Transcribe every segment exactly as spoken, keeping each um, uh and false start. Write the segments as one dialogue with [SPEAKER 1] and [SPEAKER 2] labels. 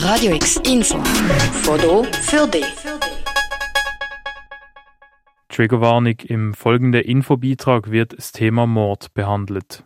[SPEAKER 1] Radio X Info. Foto für dich.
[SPEAKER 2] Triggerwarnung: Im folgenden Infobeitrag wird das Thema Mord behandelt.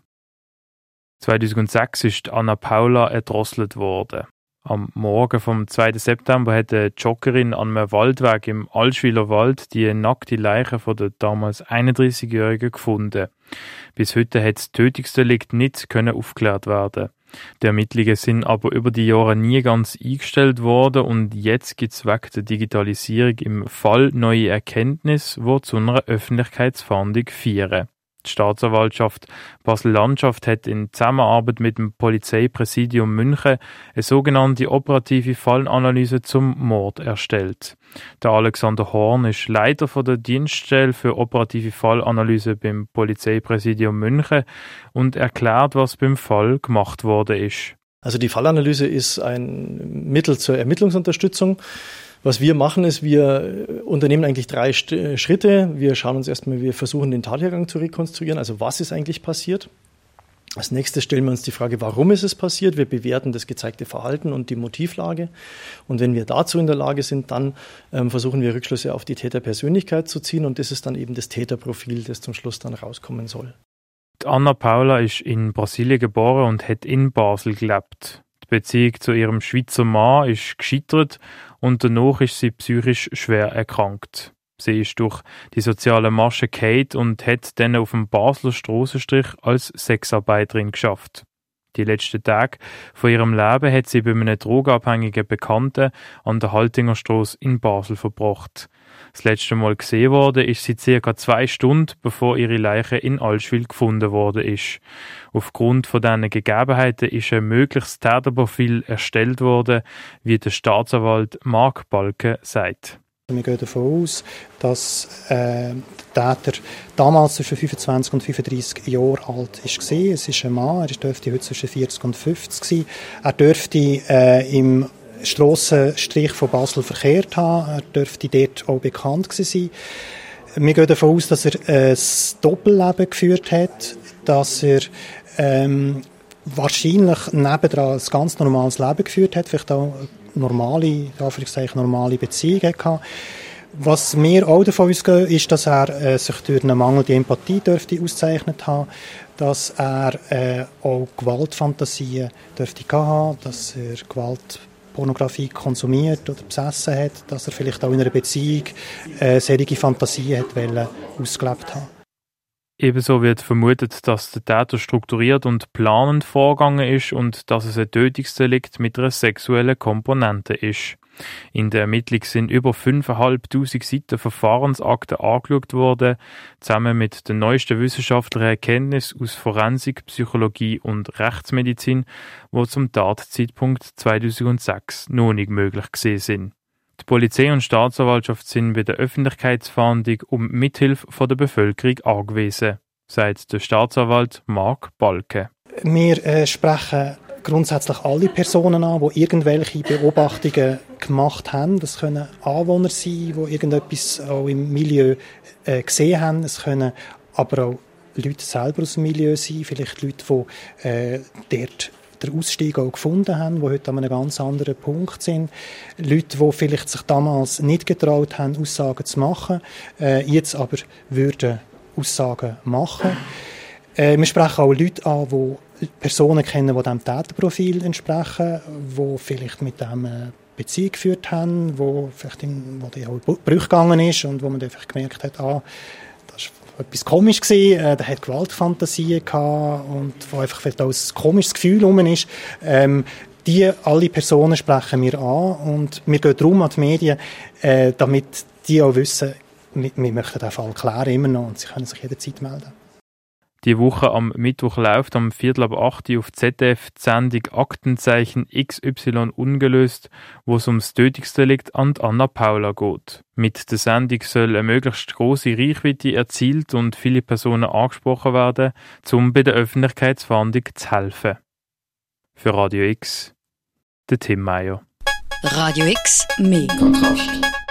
[SPEAKER 2] zweitausendsechs ist Anna Paula erdrosselt worden. Am Morgen vom zweiten September hat eine Joggerin an einem Waldweg im Allschwiler Wald die nackte Leiche von der damals einunddreißigjährigen gefunden. Bis heute hat das Tötungsdelikt nicht können aufgeklärt werden. Die Ermittlungen sind aber über die Jahre nie ganz eingestellt worden und jetzt gibt es wegen der Digitalisierung im Fall neue Erkenntnisse, die zu einer Öffentlichkeitsfahndung führen. Die Staatsanwaltschaft Basel-Landschaft hat in Zusammenarbeit mit dem Polizeipräsidium München eine sogenannte operative Fallanalyse zum Mord erstellt. Der Alexander Horn ist Leiter von der Dienststelle für operative Fallanalyse beim Polizeipräsidium München und erklärt, was beim Fall gemacht worden ist.
[SPEAKER 3] Also die Fallanalyse ist ein Mittel zur Ermittlungsunterstützung. Was wir machen, ist, wir unternehmen eigentlich drei Schritte. Wir schauen uns erstmal, wir versuchen den Tathergang zu rekonstruieren, also was ist eigentlich passiert. Als nächstes stellen wir uns die Frage, warum ist es passiert? Wir bewerten das gezeigte Verhalten und die Motivlage. Und wenn wir dazu in der Lage sind, dann ähm, versuchen wir Rückschlüsse auf die Täterpersönlichkeit zu ziehen und das ist dann eben das Täterprofil, das zum Schluss dann rauskommen soll.
[SPEAKER 2] Die Anna Paula ist in Brasilien geboren und hat in Basel gelebt. Die Beziehung zu ihrem Schweizer Mann ist gescheitert und danach ist sie psychisch schwer erkrankt. Sie ist durch die soziale Masche gefallen und hat dann auf dem Basler Strassenstrich als Sexarbeiterin geschafft. Die letzten Tage von ihrem Leben hat sie bei einem drogenabhängigen Bekannten an der Haltingerstrasse in Basel verbracht. Das letzte Mal gesehen worden ist sie circa zwei Stunden, bevor ihre Leiche in Allschwil gefunden worden ist. Aufgrund von diesen Gegebenheiten ist ein mögliches Täterprofil erstellt worden, wie der Staatsanwalt Marc Balke sagt.
[SPEAKER 4] Wir gehen davon aus, dass äh, der Täter damals zwischen fünfundzwanzig und fünfunddreissig Jahre alt war. Es ist ein Mann, er dürfte heute zwischen vierzig und fünfzig sein. Er dürfte äh, im Strassenstrich von Basel verkehrt haben. Er dürfte dort auch bekannt gewesen sein. Wir gehen davon aus, dass er ein Doppelleben geführt hat, dass er ähm, wahrscheinlich nebendran ein ganz normales Leben geführt hat, vielleicht auch normale, normale Beziehung hatte. Was wir auch davon ausgehen, ist, dass er äh, sich durch eine mangelnde Empathie dürfte auszeichnet haben, dass er äh, auch Gewaltfantasien dürfte haben, dass er Gewalt Pornografie konsumiert oder besessen hat, dass er vielleicht auch in einer Beziehung äh, solche Fantasien hat wollen, ausgelebt haben.
[SPEAKER 2] Ebenso wird vermutet, dass der Täter strukturiert und planend vorgegangen ist und dass es ein Tötungsdelikt mit einer sexuellen Komponente ist. In der Ermittlung sind über fünftausendfünfhundert Seiten Verfahrensakten angeschaut worden, zusammen mit den neuesten wissenschaftlichen Erkenntnissen aus Forensik, Psychologie und Rechtsmedizin, die zum Tatzeitpunkt zweitausendsechs noch nicht möglich gewesen sind. Die Polizei und Staatsanwaltschaft sind bei der Öffentlichkeitsfahndung um Mithilfe von der Bevölkerung angewiesen, sagt der Staatsanwalt Marc Balke.
[SPEAKER 4] Wir äh, sprechen grundsätzlich alle Personen an, die irgendwelche Beobachtungen gemacht haben. Das können Anwohner sein, die irgendetwas auch im Milieu äh, gesehen haben. Es können aber auch Leute selber aus dem Milieu sein, vielleicht Leute, die äh, dort den Ausstieg auch gefunden haben, die heute an einem ganz anderen Punkt sind. Leute, die vielleicht sich damals nicht getraut haben, Aussagen zu machen, äh, jetzt aber würden Aussagen machen. Äh, wir sprechen auch Leute an, die Personen kennen, die diesem Täterprofil entsprechen, die vielleicht mit dem eine Beziehung geführt haben, wo vielleicht in, wo die auch in Brüche gegangen ist und wo man dann vielleicht gemerkt hat, ah, das war etwas komisch gewesen, äh, der hat Gewaltfantasien gehabt und wo einfach vielleicht auch ein komisches Gefühl rum ist. Ähm, die alle Personen sprechen wir an und wir gehen darum an die Medien, äh, damit die auch wissen, wir, wir möchten den Fall klären immer noch und sie können sich jederzeit melden.
[SPEAKER 2] Die Woche am Mittwoch läuft am Viertel ab acht Uhr auf Z D F die Sendung Aktenzeichen X Y ungelöst, wo es ums Tötungsdelikt an Anna Paula geht. Mit der Sendung soll eine möglichst grosse Reichweite erzielt und viele Personen angesprochen werden, um bei der Öffentlichkeitsfahndung zu helfen. Für Radio X, der Tim Meyer.
[SPEAKER 1] Radio X, mehr Kontrast.